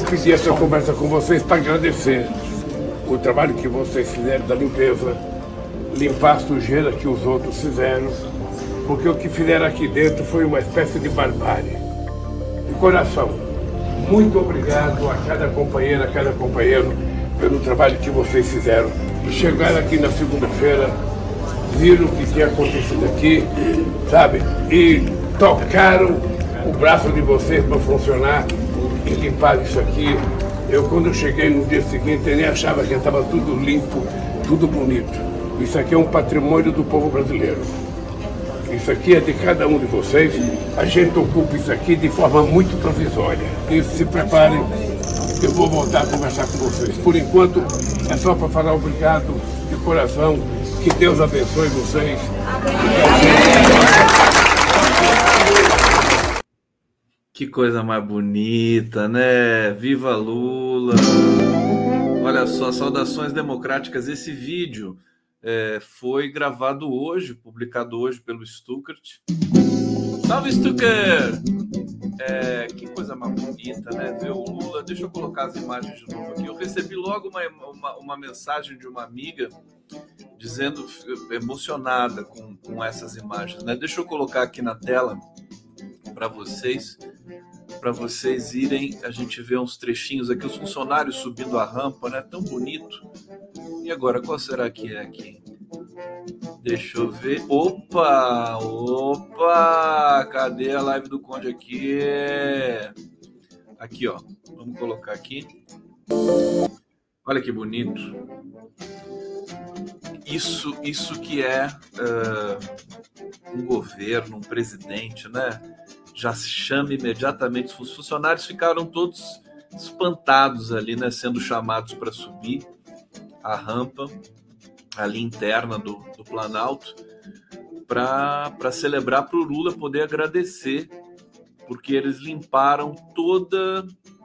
pedir essa conversa com vocês para agradecer o trabalho que vocês fizeram da limpeza, limpar a sujeira que os outros fizeram, porque o que fizeram aqui dentro foi uma espécie de barbárie. De coração, muito obrigado a cada companheira, a cada companheiro pelo trabalho que vocês fizeram. E chegaram aqui na segunda-feira, viram o que tinha acontecido aqui, sabe? E tocaram o braço de vocês para funcionar e limpar isso aqui. Quando eu cheguei no dia seguinte, eu nem achava que estava tudo limpo, tudo bonito. Isso aqui é um patrimônio do povo brasileiro. Isso aqui é de cada um de vocês. A gente ocupa isso aqui de forma muito provisória. E se preparem, eu vou voltar a conversar com vocês. Por enquanto, é só para falar obrigado de coração. Que Deus abençoe vocês. Que coisa mais bonita, né? Viva Lula! Olha só, saudações democráticas. Esse vídeo foi gravado hoje, publicado hoje pelo Stuttgart. Salve, Stuttgart! Que coisa mais bonita, né? Ver o Lula. Deixa eu colocar as imagens de novo aqui. Eu recebi logo uma mensagem de uma amiga dizendo, emocionada com essas imagens, né? Deixa eu colocar aqui na tela para vocês irem. A gente vê uns trechinhos aqui, os funcionários subindo a rampa, né? Tão bonito. E agora, qual será que é aqui? Deixa eu ver. Opa! Cadê a live do Conde aqui? Aqui, ó. Vamos colocar aqui. Olha que bonito. Isso que é um governo, um presidente, né? Já se chama imediatamente. Os funcionários ficaram todos espantados ali, né? Sendo chamados para subir a rampa ali interna do Planalto para celebrar, para o Lula poder agradecer, porque eles limparam todo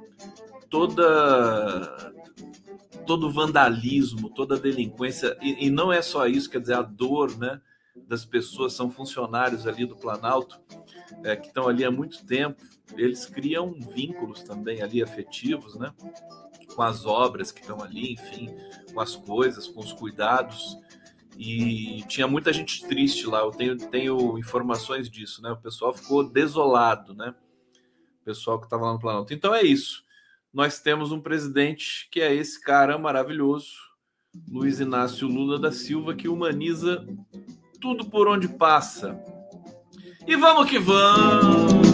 o vandalismo, toda a delinquência, e não é só isso, quer dizer, a dor, né, das pessoas. São funcionários ali do Planalto, que estão ali há muito tempo. Eles criam vínculos também ali afetivos, né, com as obras que estão ali, enfim, com as coisas, com os cuidados. E tinha muita gente triste lá, eu tenho informações disso, né? O pessoal ficou desolado, né? O pessoal que estava lá no Planalto. Então é isso. Nós temos um presidente que é esse cara maravilhoso, Luiz Inácio Lula da Silva, que humaniza tudo por onde passa. E vamos que vamos!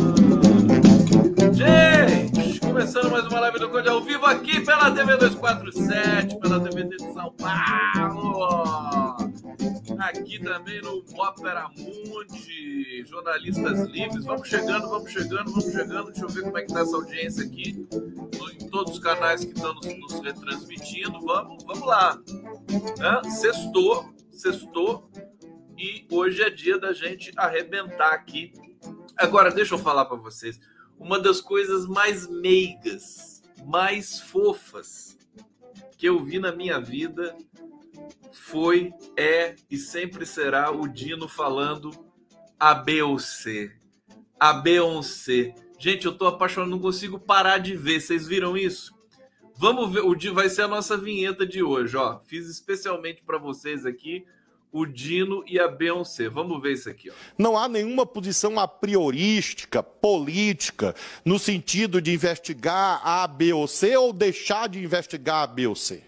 Gente, começando mais uma live do Conde ao vivo aqui pela TV 247, pela TV de São Paulo, aqui também no Opera Mundi, Jornalistas Livres. Vamos chegando. Deixa eu ver como é que tá essa audiência aqui, em todos os canais que estão nos retransmitindo. Vamos lá. Sextou, e hoje é dia da gente arrebentar aqui. Agora, deixa eu falar para vocês. Uma das coisas mais meigas, mais fofas que eu vi na minha vida foi, e sempre será o Dino falando a Beyoncé. A Beyoncé. Gente, eu tô apaixonado, não consigo parar de ver. Vocês viram isso? Vamos ver, vai ser a nossa vinheta de hoje, ó. Fiz especialmente para vocês aqui o Dino e a Beyoncé. Vamos ver isso aqui, ó. Não há nenhuma posição a priorística, política, no sentido de investigar a Beyoncé ou deixar de investigar a Beyoncé.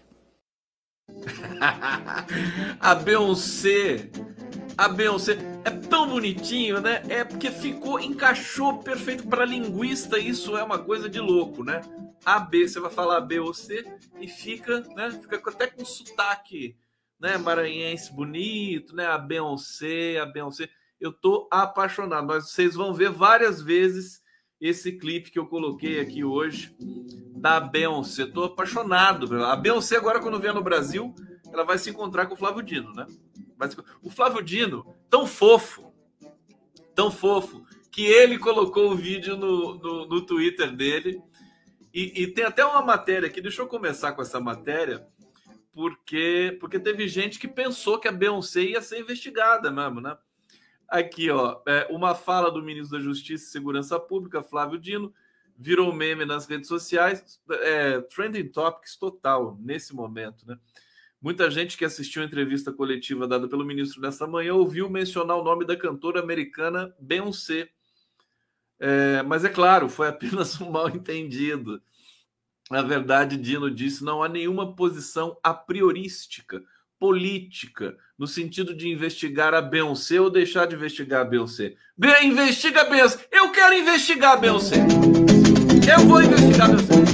A Beyoncé é tão bonitinho, né? É porque encaixou perfeito para linguista. Isso é uma coisa de louco, né? Você vai falar Beyoncé e fica, né? Fica até com sotaque, né, maranhense bonito, né? A Beyoncé. Eu tô apaixonado. Mas vocês vão ver várias vezes esse clipe que eu coloquei aqui hoje da Beyoncé. Tô apaixonado. A Beyoncé agora, quando vier no Brasil, ela vai se encontrar com o Flávio Dino, né? O Flávio Dino, tão fofo, que ele colocou o vídeo no Twitter dele. E tem até uma matéria aqui. Deixa eu começar com essa matéria, porque teve gente que pensou que a Beyoncé ia ser investigada mesmo, né? Aqui, ó, uma fala do ministro da Justiça e Segurança Pública, Flávio Dino, virou meme nas redes sociais, trending topics total nesse momento, né? Muita gente que assistiu a entrevista coletiva dada pelo ministro nesta manhã ouviu mencionar o nome da cantora americana Beyoncé. Mas é claro, foi apenas um mal-entendido. Na verdade, Dino disse, não há nenhuma posição a priorística, política, no sentido de investigar a Beyoncé ou deixar de investigar a Beyoncé. Investiga a Beyoncé. Eu quero investigar a Beyoncé. Eu vou investigar a Beyoncé.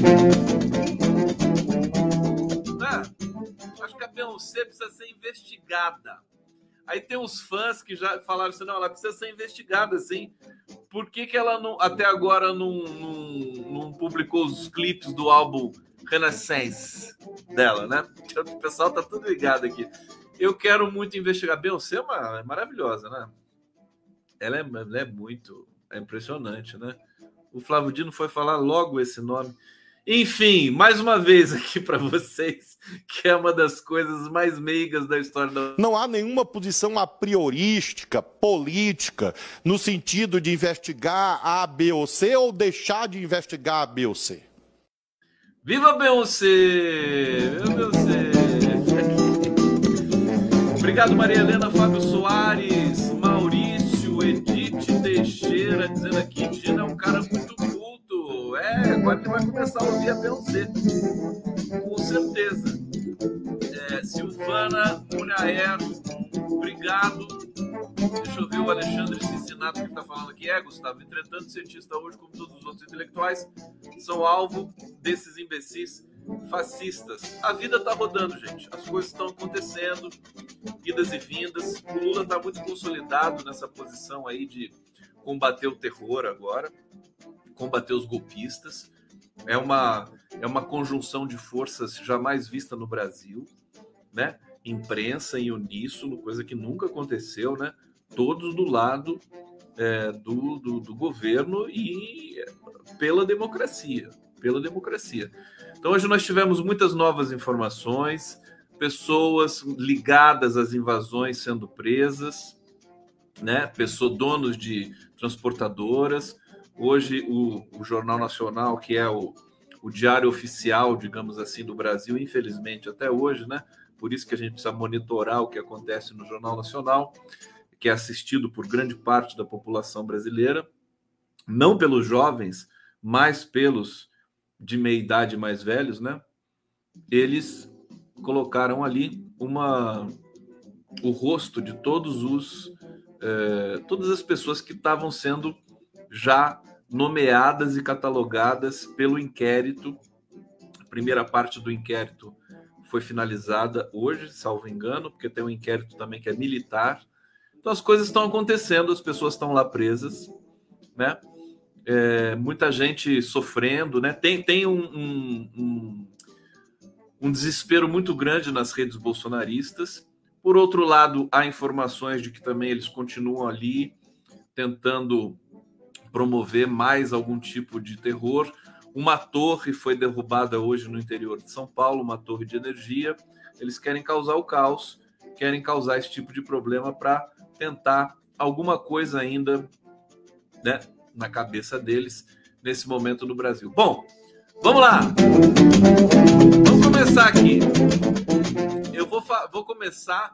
Acho que a Beyoncé precisa ser investigada. Aí tem os fãs que já falaram assim, não, ela precisa ser investigada, assim. Por que ela não, até agora não publicou os clipes do álbum Renaissance dela, né? O pessoal tá tudo ligado aqui. Eu quero muito investigar. Beyoncé é maravilhosa, né? Ela é muito... É impressionante, né? O Flávio Dino foi falar logo esse nome. Enfim, mais uma vez aqui para vocês, que é uma das coisas mais meigas da história da... Não há nenhuma posição a priorística, política, no sentido de investigar A, B ou C ou deixar de investigar A, B ou C. Viva Beyoncé! Viva Beyoncé! Obrigado, Maria Helena, Fábio Soares, Maurício, Edith Teixeira, dizendo aqui, Dino é um cara muito culto. Agora ele vai começar a ouvir a Beyoncé. Com certeza. Silvana Munaer, obrigado. Deixa eu ver o Alexandre Cincinato que está falando aqui. Gustavo, entretanto, cientista hoje, como todos os outros intelectuais, são alvo desses imbecis fascistas. A vida está rodando, gente. As coisas estão acontecendo, idas e vindas. O Lula está muito consolidado nessa posição aí de combater o terror agora, combater os golpistas. É uma conjunção de forças jamais vista no Brasil, né? Imprensa em uníssono, coisa que nunca aconteceu, né? Todos do lado do governo e pela democracia. Então hoje nós tivemos muitas novas informações, pessoas ligadas às invasões sendo presas, né? Donos de transportadoras. Hoje o Jornal Nacional, que é o diário oficial, digamos assim, do Brasil, infelizmente até hoje, né? Por isso que a gente precisa monitorar o que acontece no Jornal Nacional, que é assistido por grande parte da população brasileira, não pelos jovens, mas pelos de meia idade mais velhos, né? Eles colocaram ali o rosto de todas as pessoas que estavam sendo já nomeadas e catalogadas pelo inquérito. A primeira parte do inquérito foi finalizada hoje, salvo engano, porque tem um inquérito também que é militar. Então as coisas estão acontecendo, as pessoas estão lá presas, né? Muita gente sofrendo, né? Tem um desespero muito grande nas redes bolsonaristas. Por outro lado, há informações de que também eles continuam ali tentando promover mais algum tipo de terror. Uma torre foi derrubada hoje no interior de São Paulo, uma torre de energia. Eles querem causar o caos, querem causar esse tipo de problema para tentar alguma coisa ainda, né, na cabeça deles nesse momento no Brasil. Bom, vamos lá. Vamos começar aqui. Eu vou começar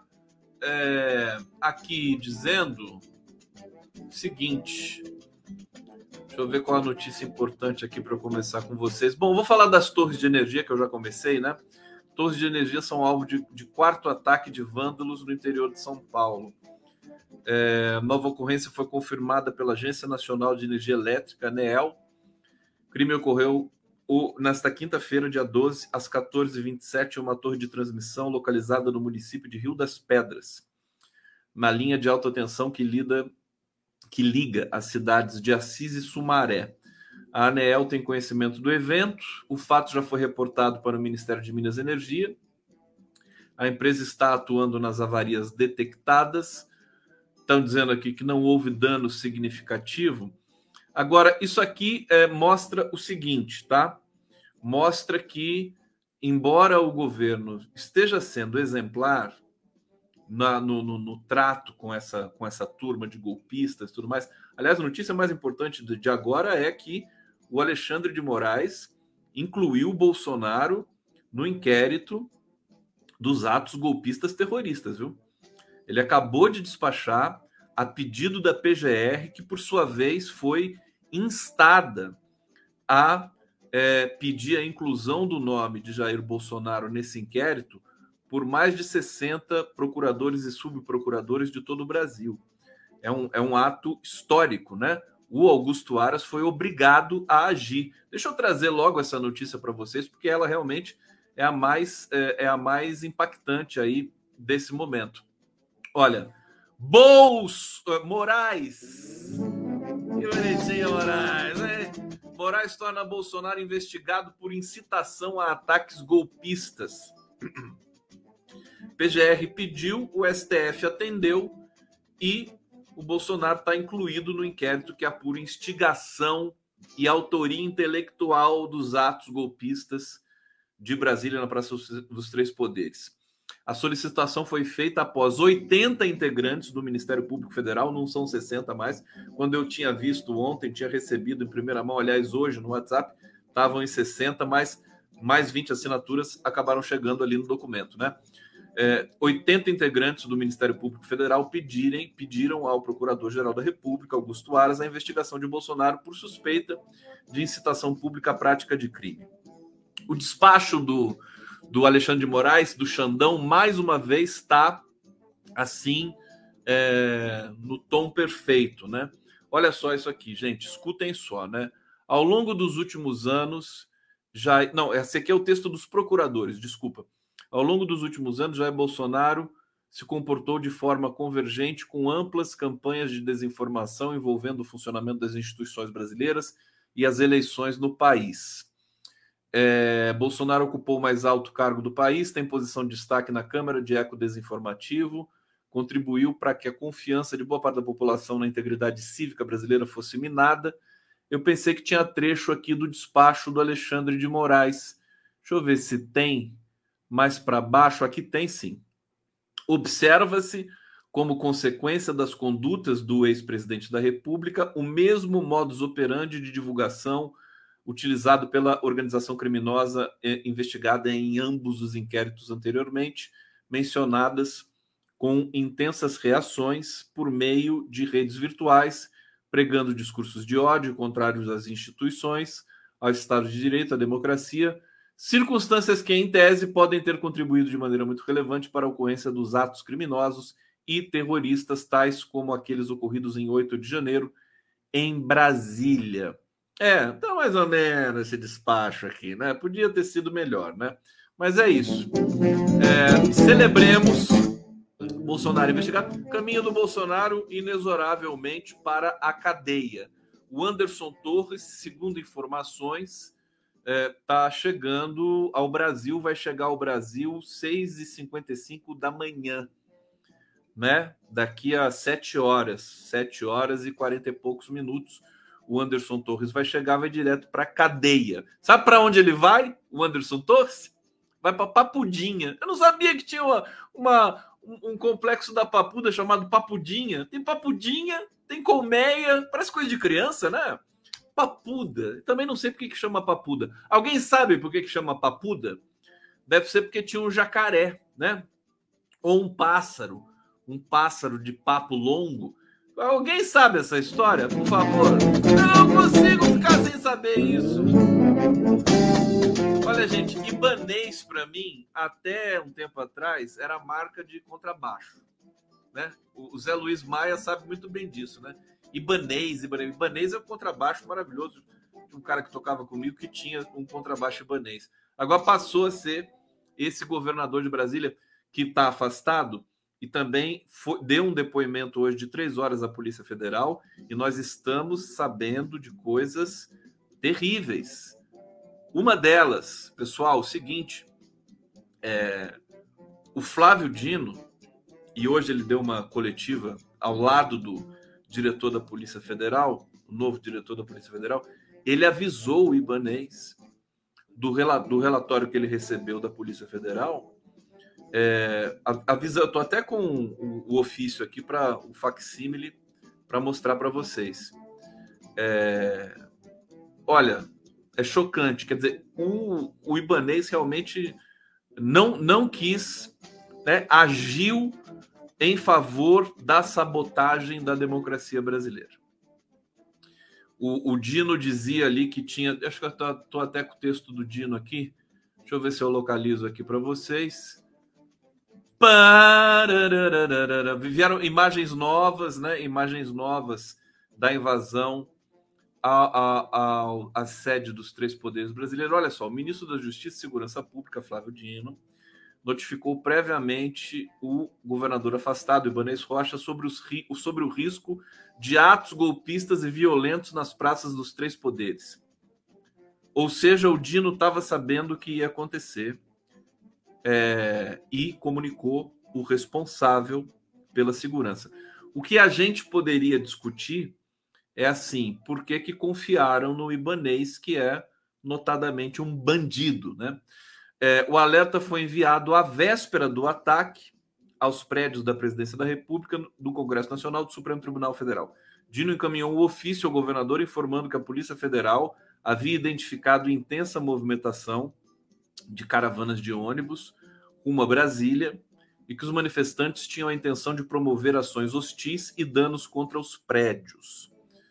aqui dizendo o seguinte. Deixa eu ver qual a notícia importante aqui para eu começar com vocês. Bom, vou falar das torres de energia, que eu já comecei, né? Torres de energia são alvo de quarto ataque de vândalos no interior de São Paulo. Nova ocorrência foi confirmada pela Agência Nacional de Energia Elétrica, ANEEL. O crime ocorreu nesta quinta-feira, dia 12, às 14h27, em uma torre de transmissão localizada no município de Rio das Pedras, na linha de alta tensão que liga as cidades de Assis e Sumaré. A ANEEL tem conhecimento do evento, o fato já foi reportado para o Ministério de Minas e Energia. A empresa está atuando nas avarias detectadas. Estão dizendo aqui que não houve dano significativo. Agora, isso aqui mostra o seguinte, tá? Mostra que, embora o governo esteja sendo exemplar no trato com essa turma de golpistas e tudo mais. Aliás, a notícia mais importante de agora é que o Alexandre de Moraes incluiu o Bolsonaro no inquérito dos atos golpistas terroristas, viu? Ele acabou de despachar a pedido da PGR, que por sua vez foi instada a pedir a inclusão do nome de Jair Bolsonaro nesse inquérito por mais de 60 procuradores e subprocuradores de todo o Brasil. É um ato histórico, né? O Augusto Aras foi obrigado a agir. Deixa eu trazer logo essa notícia para vocês, porque ela realmente é a mais impactante aí desse momento. Olha, Moraes. Que bonitinho, Moraes, hein? Moraes torna Bolsonaro investigado por incitação a ataques golpistas. PGR pediu, o STF atendeu e o Bolsonaro está incluído no inquérito que apura instigação e autoria intelectual dos atos golpistas de Brasília na Praça dos Três Poderes. A solicitação foi feita após 80 integrantes do Ministério Público Federal, não são 60 mais. Quando eu tinha visto ontem, tinha recebido em primeira mão, aliás, hoje no WhatsApp, estavam em 60, mas mais 20 assinaturas acabaram chegando ali no documento, né? 80 integrantes do Ministério Público Federal pediram ao Procurador-Geral da República, Augusto Aras, a investigação de Bolsonaro por suspeita de incitação pública à prática de crime. O despacho do Alexandre de Moraes, do Xandão, mais uma vez está assim, no tom perfeito, né? Olha só isso aqui, gente, escutem só, né? Ao longo dos últimos anos, esse aqui é o texto dos procuradores, desculpa. Ao longo dos últimos anos, Jair Bolsonaro se comportou de forma convergente com amplas campanhas de desinformação envolvendo o funcionamento das instituições brasileiras e as eleições no país. Bolsonaro ocupou o mais alto cargo do país, tem posição de destaque na Câmara de Eco Desinformativo, contribuiu para que a confiança de boa parte da população na integridade cívica brasileira fosse minada. Eu pensei que tinha trecho aqui do despacho do Alexandre de Moraes. Deixa eu ver se tem mais para baixo. Aqui tem sim. Observa-se, como consequência das condutas do ex-presidente da República, o mesmo modus operandi de divulgação utilizado pela organização criminosa investigada em ambos os inquéritos anteriormente mencionadas, com intensas reações por meio de redes virtuais, pregando discursos de ódio contrários às instituições, ao Estado de Direito, à democracia, circunstâncias que, em tese, podem ter contribuído de maneira muito relevante para a ocorrência dos atos criminosos e terroristas, tais como aqueles ocorridos em 8 de janeiro, em Brasília. Tá mais ou menos esse despacho aqui, né? Podia ter sido melhor, né? Mas é isso. Celebremos Bolsonaro investigado. Caminho do Bolsonaro inexoravelmente para a cadeia. O Anderson Torres, segundo informações, está chegando ao Brasil, vai chegar ao Brasil 6h55 da manhã, né? Daqui a 7 horas e 40 e poucos minutos, o Anderson Torres vai chegar, vai direto para a cadeia. Sabe para onde ele vai, o Anderson Torres? Vai para Papudinha. Eu não sabia que tinha um complexo da Papuda chamado Papudinha. Tem Papudinha, tem colmeia, parece coisa de criança, né? Papuda. Também não sei por que chama Papuda. Alguém sabe por que chama Papuda? Deve ser porque tinha um jacaré, né? Ou um pássaro de papo longo. Alguém sabe essa história, por favor? Eu não consigo ficar sem saber isso. Olha, gente, Ibanez, para mim, até um tempo atrás, era marca de contrabaixo, né? O Zé Luiz Maia sabe muito bem disso, né? Ibanez é um contrabaixo maravilhoso. Um cara que tocava comigo que tinha um contrabaixo ibanez. Agora passou a ser esse governador de Brasília que está afastado e também deu um depoimento hoje de 3 horas à Polícia Federal, e nós estamos sabendo de coisas terríveis. Uma delas, pessoal, o seguinte, o Flávio Dino, e hoje ele deu uma coletiva ao lado do diretor da Polícia Federal, o novo diretor da Polícia Federal, ele avisou o Ibanez do relatório que ele recebeu da Polícia Federal. Eu estou até com o ofício aqui, para o facsímile, para mostrar para vocês. olha, é chocante. Quer dizer, o Ibanez realmente não quis, né, agiu em favor da sabotagem da democracia brasileira. O Dino dizia ali que tinha... Acho que eu estou até com o texto do Dino aqui. Deixa eu ver se eu localizo aqui para vocês. Vieram imagens novas, né? Imagens novas da invasão à sede dos três poderes brasileiros. Olha só, o ministro da Justiça e Segurança Pública, Flávio Dino, notificou previamente o governador afastado, Ibanez Rocha, sobre o risco de atos golpistas e violentos nas praças dos três poderes. Ou seja, o Dino estava sabendo que ia acontecer e comunicou o responsável pela segurança. O que a gente poderia discutir é assim, por que confiaram no Ibanez, que é notadamente um bandido, né? O alerta foi enviado à véspera do ataque aos prédios da Presidência da República, do Congresso Nacional, do Supremo Tribunal Federal. Dino encaminhou um ofício ao governador informando que a Polícia Federal havia identificado intensa movimentação de caravanas de ônibus rumo a Brasília e que os manifestantes tinham a intenção de promover ações hostis e danos contra os prédios.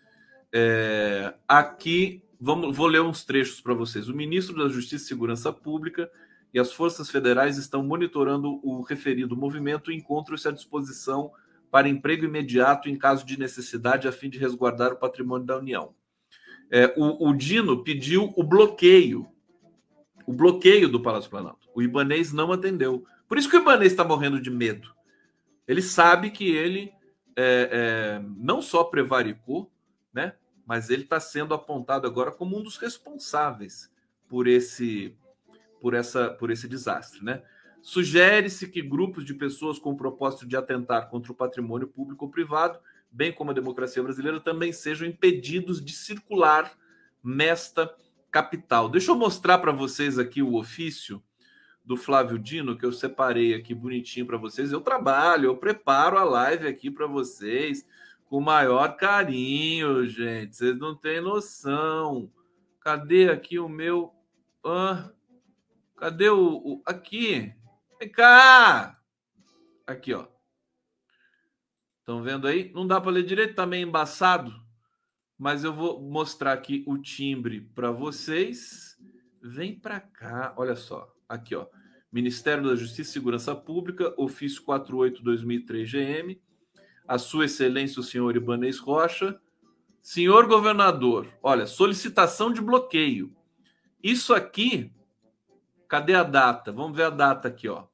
Aqui, vou ler uns trechos para vocês. O ministro da Justiça e Segurança Pública e as forças federais estão monitorando o referido movimento e encontram-se à disposição para emprego imediato em caso de necessidade a fim de resguardar o patrimônio da União. O Dino pediu o bloqueio do Palácio Planalto. O Ibanez não atendeu. Por isso que o Ibanez está morrendo de medo. Ele sabe que ele não só prevaricou, né, mas ele está sendo apontado agora como um dos responsáveis por esse desastre, né? Sugere-se que grupos de pessoas com o propósito de atentar contra o patrimônio público ou privado, bem como a democracia brasileira, também sejam impedidos de circular nesta capital. Deixa eu mostrar para vocês aqui o ofício do Flávio Dino, que eu separei aqui bonitinho para vocês. Eu preparo a live aqui para vocês com o maior carinho, gente. Vocês não têm noção. Cadê aqui o meu... cadê aqui? Vem cá! Aqui, ó. Estão vendo aí? Não dá para ler direito, tá meio embaçado. Mas eu vou mostrar aqui o timbre para vocês. Vem para cá. Olha só. Aqui, ó. Ministério da Justiça e Segurança Pública, ofício 48/2003 GM. A Sua Excelência, o senhor Ibanez Rocha. Senhor governador, olha, solicitação de bloqueio. Isso aqui... Cadê a data? Vamos ver a data aqui, ó.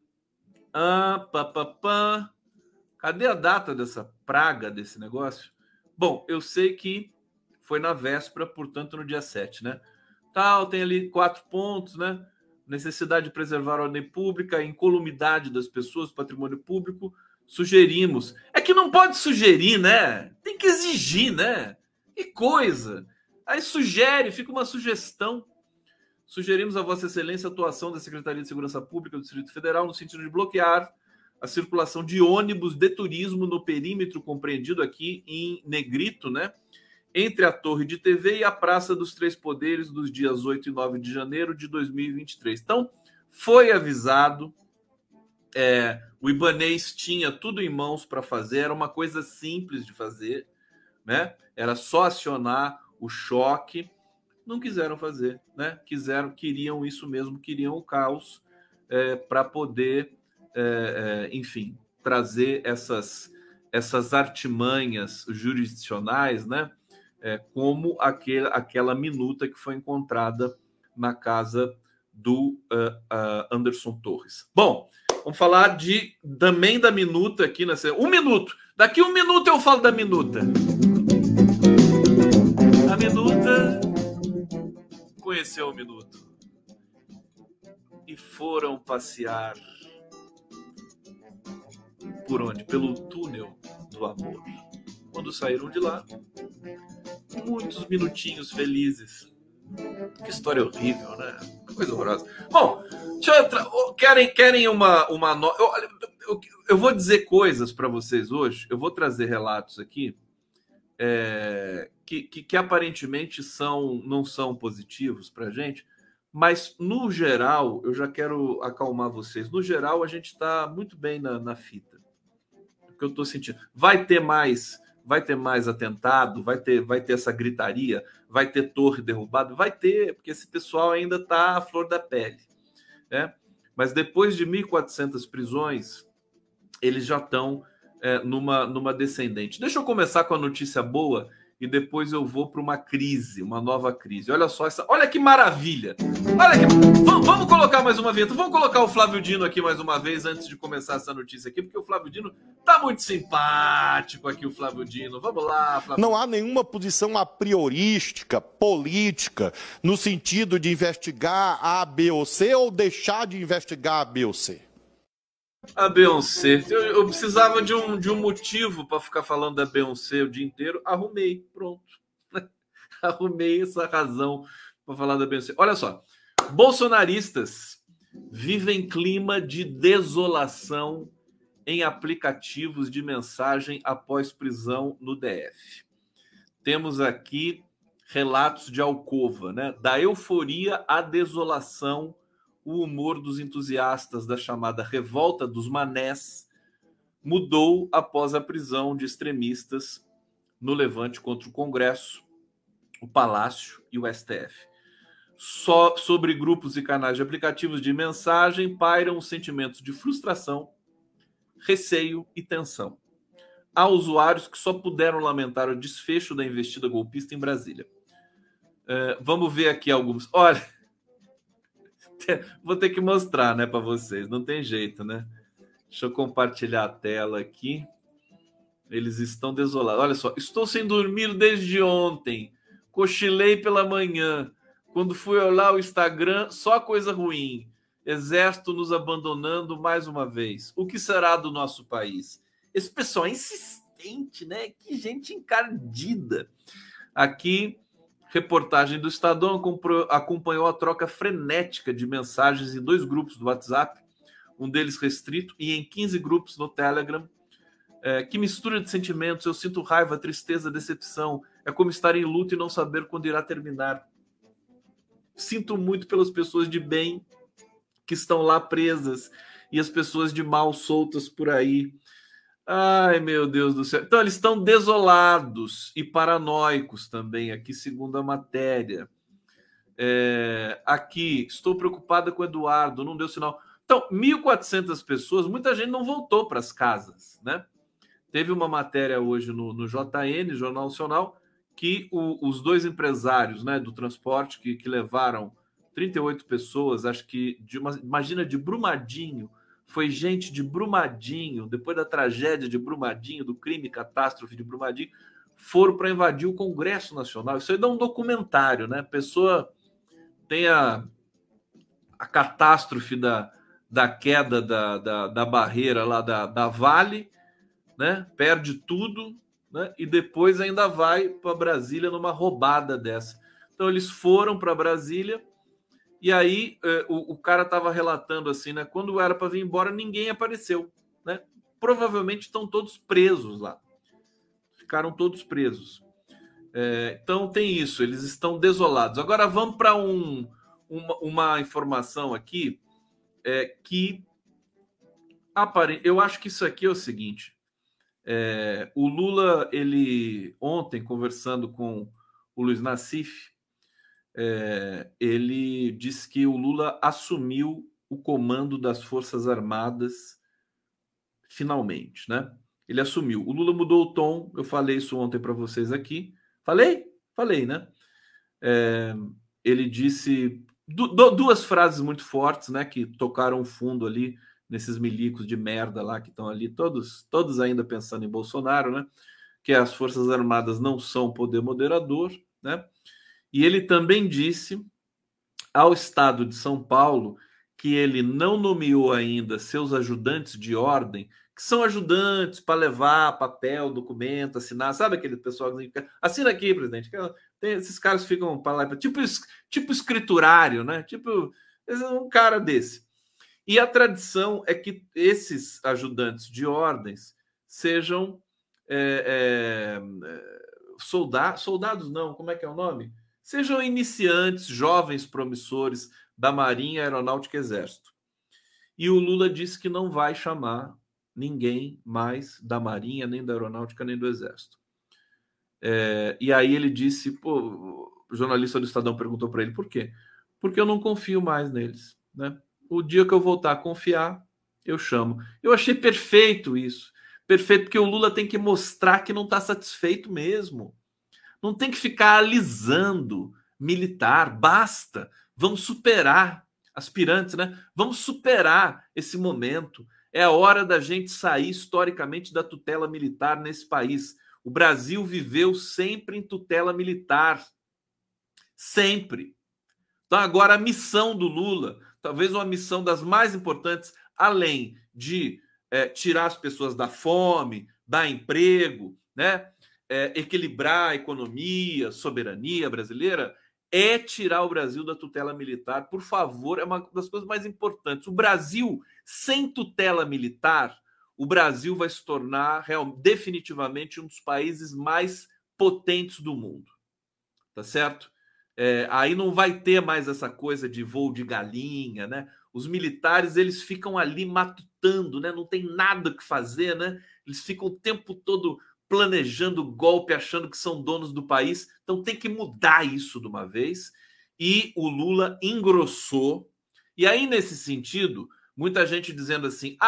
Cadê a data dessa praga, desse negócio? Bom, eu sei que foi na véspera, portanto, no dia 7, né? Tem ali 4 pontos, né? Necessidade de preservar a ordem pública, a incolumidade das pessoas, patrimônio público. Sugerimos. É que não pode sugerir, né? Tem que exigir, né? Que coisa! Aí sugere, fica uma sugestão. Sugerimos a Vossa Excelência a atuação da Secretaria de Segurança Pública do Distrito Federal no sentido de bloquear a circulação de ônibus de turismo no perímetro compreendido aqui em negrito, né? Entre a Torre de TV e a Praça dos Três Poderes dos dias 8 e 9 de janeiro de 2023. Então, foi avisado, o Ibanez tinha tudo em mãos para fazer, era uma coisa simples de fazer, né? Era só acionar o choque. Não quiseram fazer, né? Queriam isso mesmo, queriam o caos para poder, enfim, trazer essas artimanhas jurisdicionais, né? Como aquela minuta que foi encontrada na casa do Anderson Torres. Bom, vamos falar também da minuta aqui nessa. 1 minuto. Daqui 1 minuto eu falo da minuta. A minuta conheceu o minuto e foram passear por onde? Pelo túnel do amor. Quando saíram de lá, muitos minutinhos felizes. Que história horrível, né? Que coisa horrorosa. Bom, querem uma eu vou dizer coisas para vocês hoje. Eu vou trazer relatos aqui que aparentemente não são positivos para a gente, mas no geral, eu já quero acalmar vocês. No geral, a gente está muito bem na fita. O que eu estou sentindo. Vai ter mais atentado, vai ter essa gritaria, vai ter torre derrubada, vai ter, porque esse pessoal ainda está à flor da pele, né? Mas depois de 1.400 prisões, eles já estão numa descendente. Deixa eu começar com a notícia boa e depois eu vou para uma crise, uma nova crise. Olha só olha que maravilha! Vamos colocar mais uma vinheta. Vamos colocar o Flávio Dino aqui mais uma vez antes de começar essa notícia aqui, porque o Flávio Dino tá muito simpático aqui, o Flávio Dino. Vamos lá, Flávio. Não há nenhuma posição a priorística, política, no sentido de investigar A, B ou C ou deixar de investigar A, B ou C. A Beyoncé. Eu precisava de um motivo para ficar falando da Beyoncé o dia inteiro. Arrumei, pronto. Arrumei essa razão para falar da Beyoncé. Olha só. Bolsonaristas vivem clima de desolação em aplicativos de mensagem após prisão no DF. Temos aqui relatos de alcova, né? Da euforia à desolação, o humor dos entusiastas da chamada Revolta dos Manés mudou após a prisão de extremistas no levante contra o Congresso, o Palácio e o STF. Só sobre grupos e canais de aplicativos de mensagem pairam os sentimentos de frustração, receio e tensão. Há usuários que só puderam lamentar o desfecho da investida golpista em Brasília. Vamos ver aqui alguns. Olha, vou ter que mostrar, né, para vocês. Não tem jeito, né? Deixa eu compartilhar a tela aqui. Eles estão desolados. Olha só. Estou sem dormir desde ontem. Cochilei pela manhã. Quando fui olhar o Instagram, só coisa ruim. Exército nos abandonando mais uma vez. O que será do nosso país? Esse pessoal é insistente, né? Que gente encardida. Aqui, reportagem do Estadão acompanhou a troca frenética de mensagens em 2 grupos do WhatsApp, um deles restrito, e em 15 grupos no Telegram. Que mistura de sentimentos. Eu sinto raiva, tristeza, decepção. É como estar em luto e não saber quando irá terminar. Sinto muito pelas pessoas de bem que estão lá presas e as pessoas de mal soltas por aí. Ai, meu Deus do céu. Então, eles estão desolados e paranoicos também, aqui, segundo a matéria. Aqui, estou preocupada com o Eduardo, não deu sinal. Então, 1.400 pessoas, muita gente não voltou para as casas, né? Teve uma matéria hoje no JN, Jornal Nacional, que os 2 empresários, né, do transporte que levaram 38 pessoas, acho que, imagina, de Brumadinho, foi gente de Brumadinho, depois da tragédia de Brumadinho, do crime catástrofe de Brumadinho, foram para invadir o Congresso Nacional. Isso aí dá um documentário, né? A pessoa tem a catástrofe da queda da barreira lá da Vale, né? Perde tudo, né? E depois ainda vai para Brasília numa roubada dessa. Então eles foram para Brasília e aí o cara estava relatando assim, né? Quando era para vir embora, ninguém apareceu, né? Provavelmente estão todos presos lá. Ficaram todos presos. Então tem isso, eles estão desolados. Agora vamos para uma informação aqui que eu acho que isso aqui é o seguinte. O Lula, ele ontem, conversando com o Luiz Nassif, ele disse que o Lula assumiu o comando das Forças Armadas finalmente, né? Ele assumiu. O Lula mudou o tom, eu falei isso ontem para vocês aqui. Falei, né? Ele disse 2 frases muito fortes, né? Que tocaram fundo ali nesses milicos de merda lá que estão ali, todos ainda pensando em Bolsonaro, né? Que as Forças Armadas não são poder moderador, né? E ele também disse ao Estado de São Paulo que ele não nomeou ainda seus ajudantes de ordem, que são ajudantes para levar papel, documento, assinar, sabe aquele pessoal que fica, assina aqui, presidente. Esses caras ficam para lá, tipo escriturário, né? Tipo um cara desse. E a tradição é que esses ajudantes de ordens sejam soldados não, como é que é o nome? Sejam iniciantes, jovens promissores da Marinha, Aeronáutica e Exército. E o Lula disse que não vai chamar ninguém mais da Marinha, nem da Aeronáutica, nem do Exército. E aí ele disse, o jornalista do Estadão perguntou para ele por quê? Porque eu não confio mais neles, né? O dia que eu voltar a confiar, eu chamo. Eu achei perfeito isso. Perfeito, porque o Lula tem que mostrar que não está satisfeito mesmo. Não tem que ficar alisando militar, basta. Vamos superar, aspirantes, né? Vamos superar esse momento. É a hora da gente sair historicamente da tutela militar nesse país. O Brasil viveu sempre em tutela militar. Sempre. Então agora a missão do Lula, talvez uma missão das mais importantes, além de tirar as pessoas da fome, dar emprego, né? Equilibrar a economia, soberania brasileira, é tirar o Brasil da tutela militar. Por favor, é uma das coisas mais importantes. O Brasil, sem tutela militar, o Brasil vai se tornar definitivamente um dos países mais potentes do mundo. Tá certo? Aí não vai ter mais essa coisa de voo de galinha, né? Os militares, eles ficam ali matutando, né? Não tem nada que fazer, né? Eles ficam o tempo todo planejando golpe, achando que são donos do país. Então tem que mudar isso de uma vez. E o Lula engrossou. E aí, nesse sentido, muita gente dizendo assim,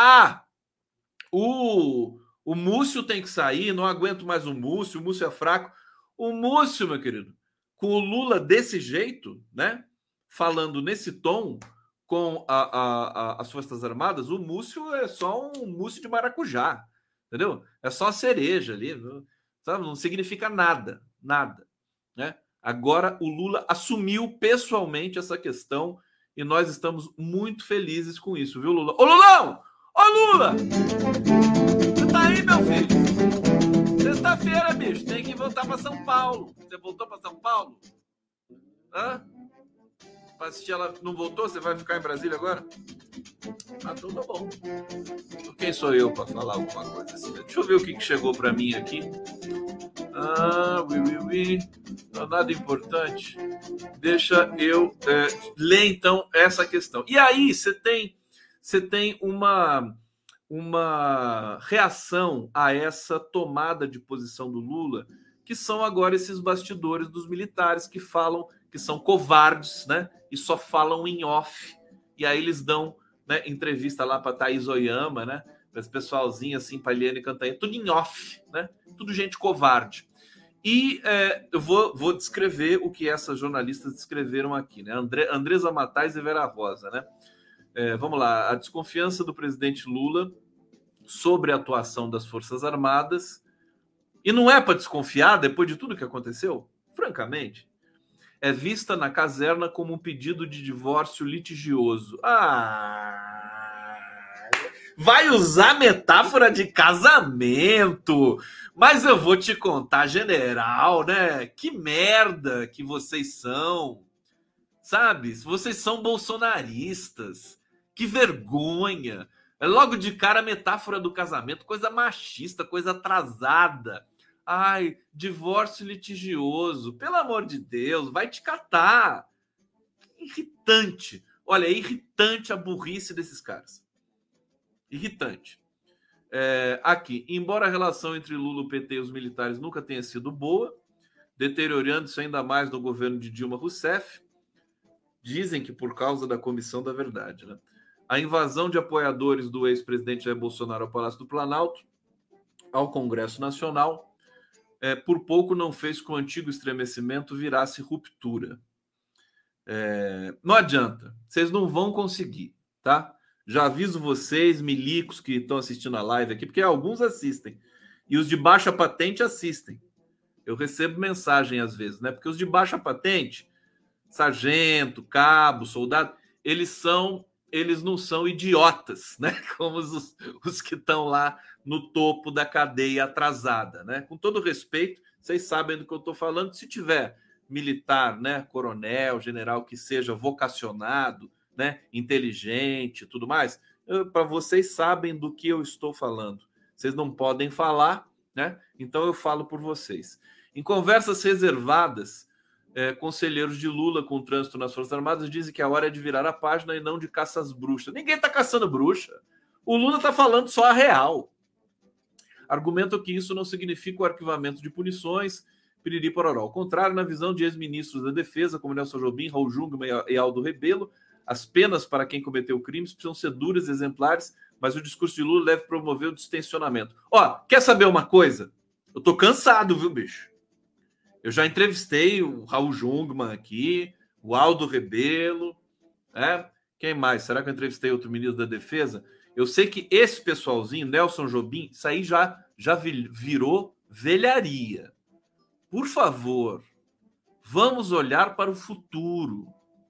o Múcio tem que sair, não aguento mais o Múcio é fraco. O Múcio, meu querido, com o Lula desse jeito, né? Falando nesse tom com as Forças Armadas, o Múcio é só um mousse de maracujá, entendeu? É só a cereja ali, sabe? Não significa nada, né? Agora o Lula assumiu pessoalmente essa questão e nós estamos muito felizes com isso, viu, Lula? Ô, Lulão! Ô, Lula! Você tá aí, meu filho? Sexta-feira, bicho, tem que voltar para São Paulo. Você voltou para São Paulo? Hã? Para assistir, ela não voltou? Você vai ficar em Brasília agora? Então tá bom. Quem sou eu para falar alguma coisa assim? Deixa eu ver o que chegou para mim aqui. Não, nada importante. Deixa eu ler então essa questão. E aí você tem uma reação a essa tomada de posição do Lula, que são agora esses bastidores dos militares que falam que são covardes, né? E só falam em off. E aí eles dão, né, entrevista lá para Thaís Oyama, né? Para esse pessoalzinho assim, para Eliane Cantanhede, tudo em off, né? Tudo gente covarde. E eu vou descrever o que essas jornalistas descreveram aqui, né? Andresa Matais e Vera Rosa, né? Vamos lá, a desconfiança do presidente Lula sobre a atuação das Forças Armadas, e não é para desconfiar depois de tudo que aconteceu, francamente, é vista na caserna como um pedido de divórcio litigioso. Vai usar metáfora de casamento, mas eu vou te contar, general, né? Que merda que vocês são, sabe? Vocês são bolsonaristas, que vergonha. É logo de cara a metáfora do casamento, coisa machista, coisa atrasada. Ai, divórcio litigioso, pelo amor de Deus, vai te catar. Irritante. Olha, é irritante a burrice desses caras. Irritante. Aqui, embora a relação entre Lula, o PT e os militares nunca tenha sido boa, deteriorando-se ainda mais no governo de Dilma Rousseff, dizem que por causa da Comissão da Verdade, né? A invasão de apoiadores do ex-presidente Jair Bolsonaro ao Palácio do Planalto, ao Congresso Nacional, por pouco não fez com que o antigo estremecimento virasse ruptura. Não adianta, vocês não vão conseguir, tá? Já aviso vocês, milicos que estão assistindo a live aqui, porque alguns assistem, e os de baixa patente assistem. Eu recebo mensagem às vezes, né? Porque os de baixa patente, sargento, cabo, soldado, eles não são idiotas, né? Como os que estão lá no topo da cadeia atrasada, né? Com todo respeito, vocês sabem do que eu estou falando. Se tiver militar, né, coronel, general, que seja vocacionado, né, inteligente, tudo mais, para vocês sabem do que eu estou falando. Vocês não podem falar, né? Então eu falo por vocês. Em conversas reservadas, conselheiros de Lula com o trânsito nas Forças Armadas dizem que a hora é de virar a página e não de caça às bruxas. Ninguém está caçando bruxa. O Lula está falando só a real. Argumentam que isso não significa o arquivamento de punições, piriri pororó. Ao contrário, na visão de ex-ministros da Defesa, como Nelson Jobim, Raul Jungmann e Aldo Rebelo, as penas para quem cometeu crimes precisam ser duras e exemplares, mas o discurso de Lula deve promover o distensionamento. Ó, quer saber uma coisa? Eu tô cansado, viu, bicho? Eu já entrevistei o Raul Jungmann aqui, o Aldo Rebelo, Quem mais? Será que eu entrevistei outro ministro da Defesa? Eu sei que esse pessoalzinho, Nelson Jobim, isso aí já virou velharia. Por favor, vamos olhar para o futuro.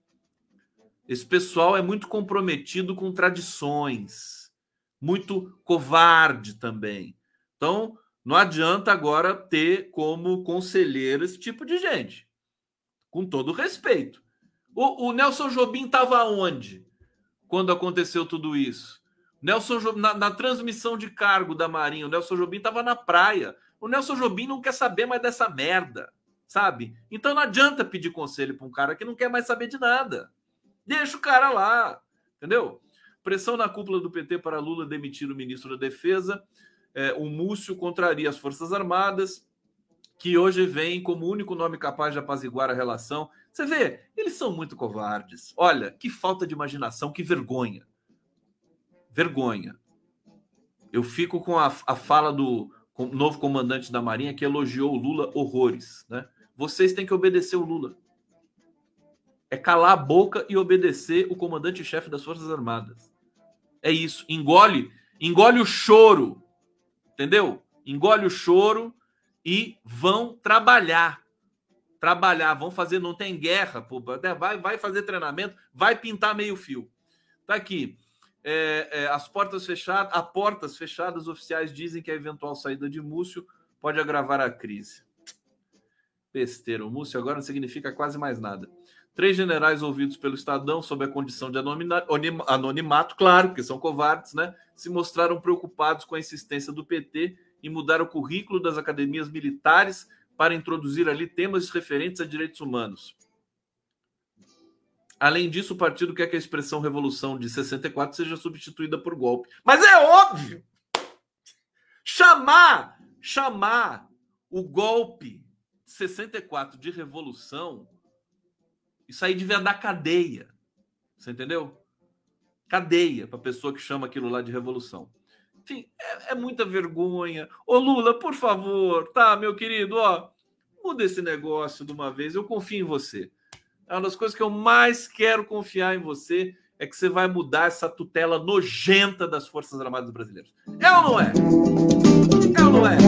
Esse pessoal é muito comprometido com tradições, muito covarde também. Então, não adianta agora ter como conselheiro esse tipo de gente. Com todo respeito. O Nelson Jobim estava onde quando aconteceu tudo isso? Nelson Jobim, na transmissão de cargo da Marinha, o Nelson Jobim estava na praia. O Nelson Jobim não quer saber mais dessa merda, sabe? Então não adianta pedir conselho para um cara que não quer mais saber de nada. Deixa o cara lá, entendeu? Pressão na cúpula do PT para Lula demitir o ministro da Defesa. O Múcio contraria as Forças Armadas, que hoje vem como o único nome capaz de apaziguar a relação. Você vê, eles são muito covardes. Olha, que falta de imaginação, que vergonha. Vergonha. Eu fico com a fala do novo comandante da Marinha, que elogiou o Lula horrores, né? Vocês têm que obedecer o Lula. É calar a boca e obedecer o comandante-chefe das Forças Armadas. É isso. Engole o choro. Entendeu? Engole o choro e vão trabalhar. Vão fazer, não tem guerra, pô, vai fazer treinamento, vai pintar meio fio. Tá aqui. As portas fechadas, oficiais dizem que a eventual saída de Múcio pode agravar a crise. Besteira, o Múcio agora não significa quase mais nada. 3 generais ouvidos pelo Estadão sob a condição de anonimato, claro, que são covardes, né? Se mostraram preocupados com a insistência do PT em mudar o currículo das academias militares para introduzir ali temas referentes a direitos humanos. Além disso, o partido quer que a expressão Revolução de 64 seja substituída por golpe. Mas é óbvio! Chamar o golpe de 64 de revolução, isso aí devia dar cadeia. Você entendeu? Cadeia para a pessoa que chama aquilo lá de revolução. Enfim, é muita vergonha. Ô Lula, por favor, tá, meu querido, muda esse negócio de uma vez. Eu confio em você. É uma das coisas que eu mais quero confiar em você, é que você vai mudar essa tutela nojenta das Forças Armadas Brasileiras. É ou não é? É ou não é?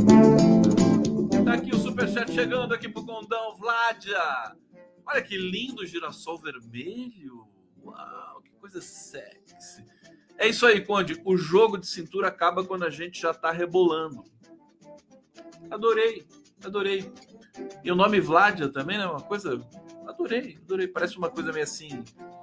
Tá aqui o superchat chegando aqui pro Condão, Vládia. Olha que lindo girassol vermelho. Uau, que coisa sexy. É isso aí, Conde. O jogo de cintura acaba quando a gente já tá rebolando. Adorei. E o nome Vládia também, né? Uma coisa... Adorei. Parece uma coisa meio assim...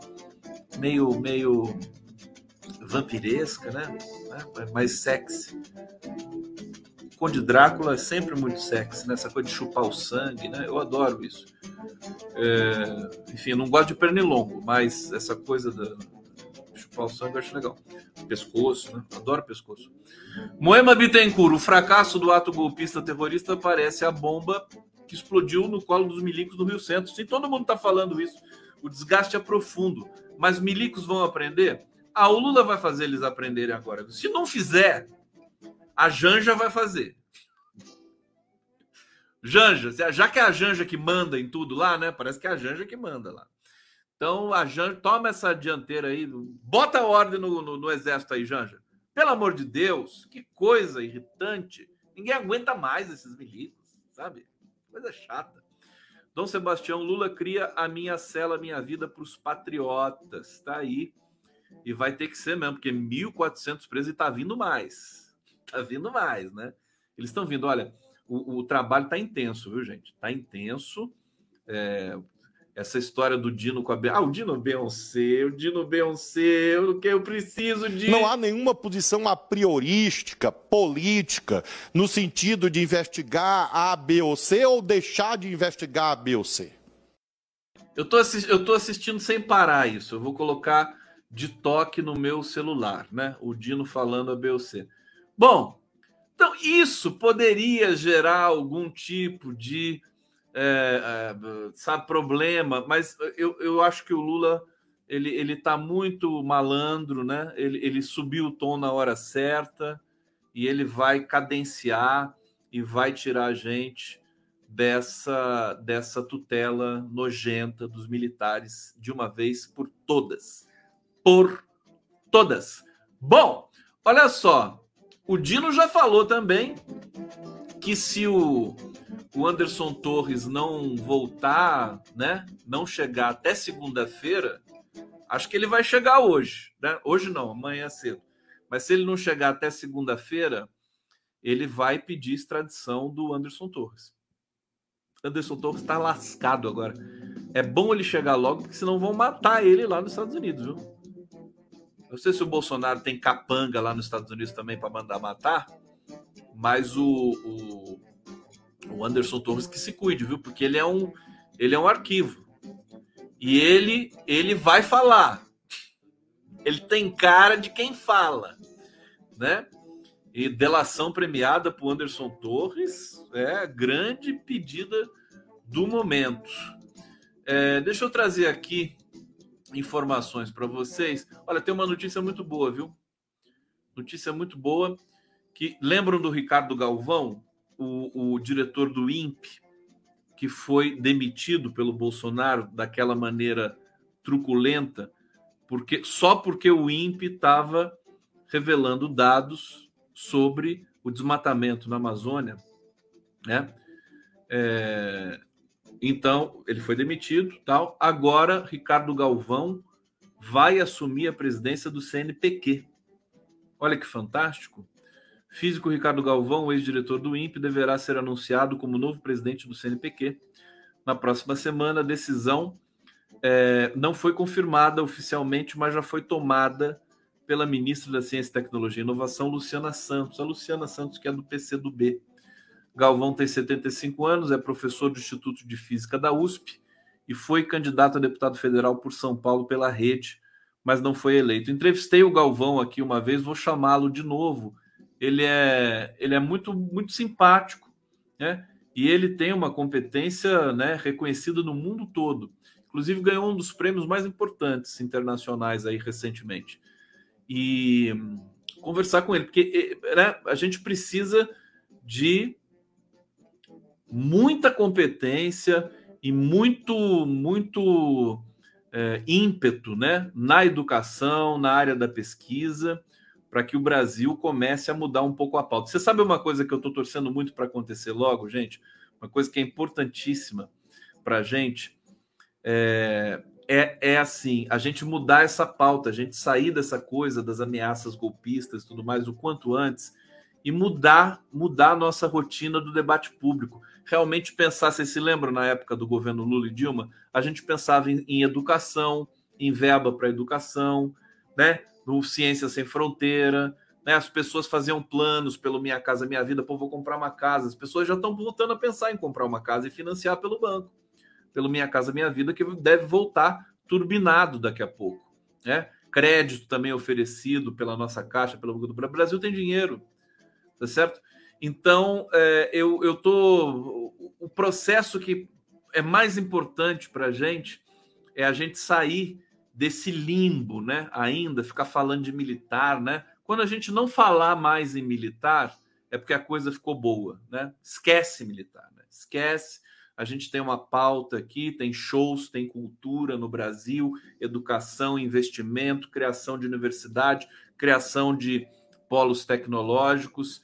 Meio vampiresca, né? Mais sexy. Conde Drácula é sempre muito sexy, né? Essa coisa de chupar o sangue, né? Eu adoro isso. Enfim, eu não gosto de pernilongo, mas essa coisa de chupar o sangue eu acho legal. Pescoço, né? Adoro pescoço. Moema Bittencourt, o fracasso do ato golpista terrorista parece a bomba que explodiu no colo dos milicos no Rio Centro. Sim, todo mundo está falando isso. O desgaste é profundo. Mas milicos vão aprender? O Lula vai fazer eles aprenderem agora. Se não fizer, a Janja vai fazer. Janja, já que é a Janja que manda em tudo lá, né? Parece que é a Janja que manda lá. Então, a Janja, toma essa dianteira aí, bota a ordem no exército aí, Janja. Pelo amor de Deus, que coisa irritante. Ninguém aguenta mais esses milicos, sabe? Coisa chata. Dom Sebastião, Lula cria a minha cela, a minha vida para os patriotas. Tá aí. E vai ter que ser mesmo, porque 1.400 presos e tá vindo mais. Tá vindo mais, né? Eles estão vindo, olha, o trabalho tá intenso, viu, gente? Tá intenso. essa história do Dino com a Beyoncé. O Dino Beyoncé, o que eu preciso de... Não há nenhuma posição a priorística, política, no sentido de investigar A, B ou C ou deixar de investigar A, B ou C. Eu tô assistindo sem parar isso. Eu vou colocar de toque no meu celular, né? O Dino falando a B ou C. Bom, então isso poderia gerar algum tipo de problema, mas eu acho que o Lula ele tá muito malandro, né? Ele subiu o tom na hora certa e ele vai cadenciar e vai tirar a gente dessa tutela nojenta dos militares de uma vez por todas. Por todas. Bom, olha só, o Dino já falou também que se o Anderson Torres não voltar, né, não chegar até segunda-feira, acho que ele vai chegar hoje, né? Hoje não, amanhã cedo. Mas se ele não chegar até segunda-feira, ele vai pedir extradição do Anderson Torres. Anderson Torres está lascado agora. É bom ele chegar logo, porque senão vão matar ele lá nos Estados Unidos, viu? Não sei se o Bolsonaro tem capanga lá nos Estados Unidos também para mandar matar, mas o Anderson Torres que se cuide, viu? Porque ele é um arquivo. E ele vai falar. Ele tem cara de quem fala, né? E delação premiada para o Anderson Torres é a grande pedida do momento. Deixa eu trazer aqui informações para vocês. Olha, tem uma notícia muito boa, viu? Notícia muito boa. Que lembram do Ricardo Galvão, o diretor do INPE, que foi demitido pelo Bolsonaro daquela maneira truculenta, só porque o INPE estava revelando dados sobre o desmatamento na Amazônia, né? Então, ele foi demitido, tal. Agora, Ricardo Galvão vai assumir a presidência do CNPq. Olha que fantástico. Físico Ricardo Galvão, ex-diretor do INPE, deverá ser anunciado como novo presidente do CNPq na próxima semana. A decisão não foi confirmada oficialmente, mas já foi tomada pela ministra da Ciência, Tecnologia e Inovação, Luciana Santos. A Luciana Santos, que é do PCdoB. Galvão tem 75 anos, é professor do Instituto de Física da USP e foi candidato a deputado federal por São Paulo pela Rede, mas não foi eleito. Entrevistei o Galvão aqui uma vez, vou chamá-lo de novo. Ele é muito, muito simpático, né? E ele tem uma competência, né, reconhecida no mundo todo. Inclusive ganhou um dos prêmios mais importantes internacionais aí recentemente. E conversar com ele, porque, né, a gente precisa de muita competência e muito ímpeto, né, na educação, na área da pesquisa, para que o Brasil comece a mudar um pouco a pauta. Você sabe uma coisa que eu estou torcendo muito para acontecer logo, gente? Uma coisa que é importantíssima para a gente é assim, a gente mudar essa pauta, a gente sair dessa coisa das ameaças golpistas e tudo mais o quanto antes e mudar a nossa rotina do debate público. Realmente pensar, vocês se lembram na época do governo Lula e Dilma, a gente pensava em educação, em verba para educação, né? No Ciência Sem Fronteira, né? As pessoas faziam planos pelo Minha Casa Minha Vida, pô, vou comprar uma casa. As pessoas já estão voltando a pensar em comprar uma casa e financiar pelo banco, pelo Minha Casa Minha Vida, que deve voltar turbinado daqui a pouco, né? Crédito também oferecido pela nossa Caixa, pelo Banco do Brasil. O Brasil tem dinheiro, tá certo? Então, o processo que é mais importante para a gente é a gente sair desse limbo, né? Ainda ficar falando de militar, né? Quando a gente não falar mais em militar, é porque a coisa ficou boa, né? Esquece militar, né? Esquece. A gente tem uma pauta aqui, tem shows, tem cultura no Brasil, educação, investimento, criação de universidade, criação de polos tecnológicos,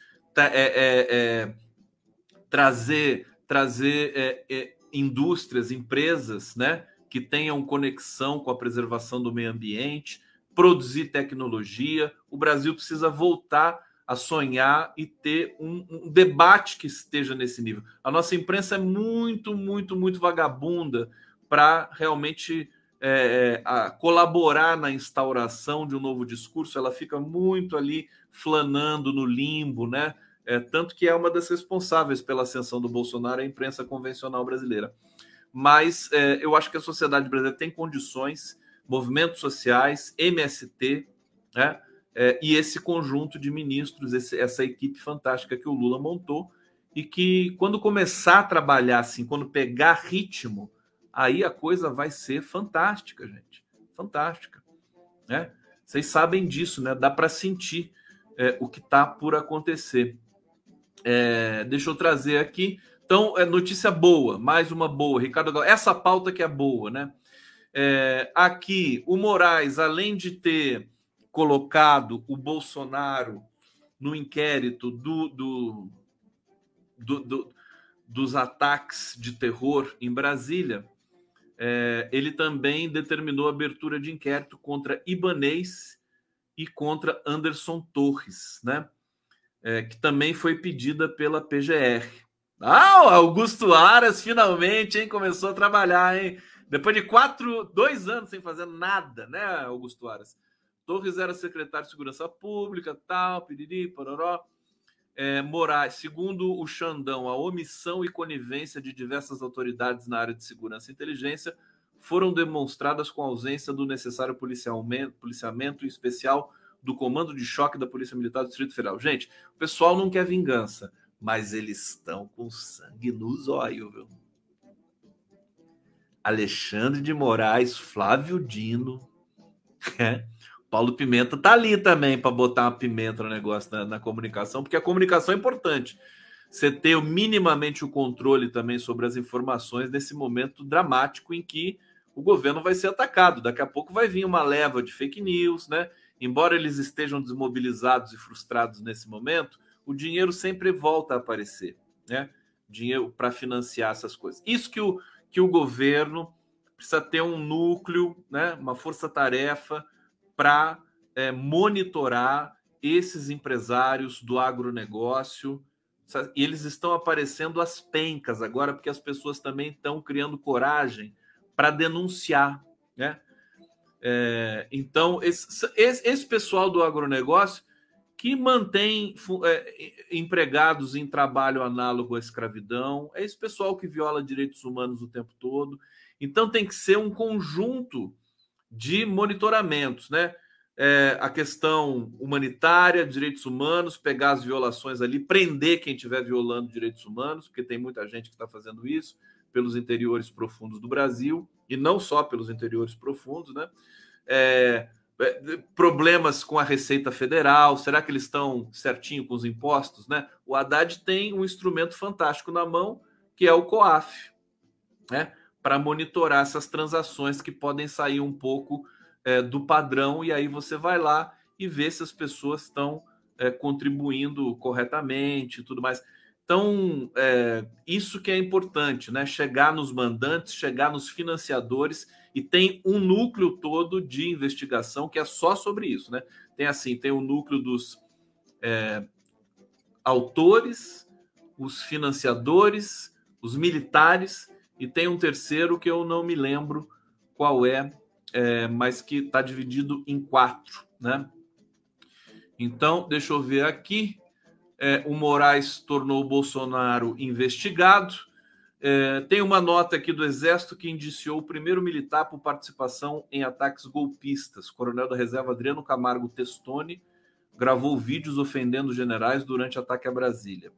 trazer indústrias, empresas, né, que tenham conexão com a preservação do meio ambiente, produzir tecnologia. O Brasil precisa voltar a sonhar e ter um debate que esteja nesse nível. A nossa imprensa é muito, muito, muito vagabunda para realmente colaborar na instauração de um novo discurso. Ela fica muito ali flanando no limbo, né? Tanto que é uma das responsáveis pela ascensão do Bolsonaro, a imprensa convencional brasileira. Mas eu acho que a sociedade brasileira tem condições, movimentos sociais, MST, né? E esse conjunto de ministros, essa equipe fantástica que o Lula montou, e que quando começar a trabalhar assim, quando pegar ritmo, aí a coisa vai ser fantástica, gente. Fantástica, né? Vocês sabem disso, né? Dá para sentir o que está por acontecer. Deixa eu trazer aqui. Então, notícia boa, mais uma boa. Ricardo, essa pauta que é boa, né? Aqui, o Moraes, além de ter colocado o Bolsonaro no inquérito dos ataques de terror em Brasília, ele também determinou a abertura de inquérito contra Ibanez e contra Anderson Torres, né? Que também foi pedida pela PGR. O Augusto Aras finalmente, hein, começou a trabalhar, hein? Depois de 2 anos sem fazer nada, né, Augusto Aras? Torres era secretário de Segurança Pública, tal, piriri, pororó. Moraes, segundo o Xandão, a omissão e conivência de diversas autoridades na área de segurança e inteligência foram demonstradas com a ausência do necessário policiamento em especial do Comando de Choque da Polícia Militar do Distrito Federal. Gente, o pessoal não quer vingança, mas eles estão com sangue nos olhos, viu? Alexandre de Moraes, Flávio Dino, Paulo Pimenta tá ali também para botar uma pimenta no negócio na comunicação, porque a comunicação é importante. Você ter minimamente o controle também sobre as informações nesse momento dramático em que o governo vai ser atacado. Daqui a pouco vai vir uma leva de fake news, né? Embora eles estejam desmobilizados e frustrados nesse momento, o dinheiro sempre volta a aparecer, né? Dinheiro para financiar essas coisas. Isso que o governo precisa ter um núcleo, né? Uma força-tarefa para monitorar esses empresários do agronegócio. E eles estão aparecendo às pencas agora, porque as pessoas também estão criando coragem para denunciar, né? Então, esse pessoal do agronegócio que mantém empregados em trabalho análogo à escravidão, é esse pessoal que viola direitos humanos o tempo todo. Então, tem que ser um conjunto de monitoramentos, né? A questão humanitária, direitos humanos, pegar as violações ali, prender quem estiver violando direitos humanos, porque tem muita gente que está fazendo isso pelos interiores profundos do Brasil, e não só pelos interiores profundos, né? Problemas com a Receita Federal, será que eles estão certinho com os impostos, né? O Haddad tem um instrumento fantástico na mão, que é o COAF, né? Para monitorar essas transações que podem sair um pouco do padrão, e aí você vai lá e vê se as pessoas estão contribuindo corretamente e tudo mais. Então, isso que é importante, né? Chegar nos mandantes, chegar nos financiadores, e tem um núcleo todo de investigação que é só sobre isso, né? Tem o núcleo dos autores, os financiadores, os militares, e tem um terceiro que eu não me lembro qual mas que está dividido em 4, né? Então, deixa eu ver aqui. O Moraes tornou o Bolsonaro investigado. Tem uma nota aqui do Exército que indiciou o primeiro militar por participação em ataques golpistas. O coronel da reserva Adriano Camargo Testoni gravou vídeos ofendendo generais durante ataque a Brasília.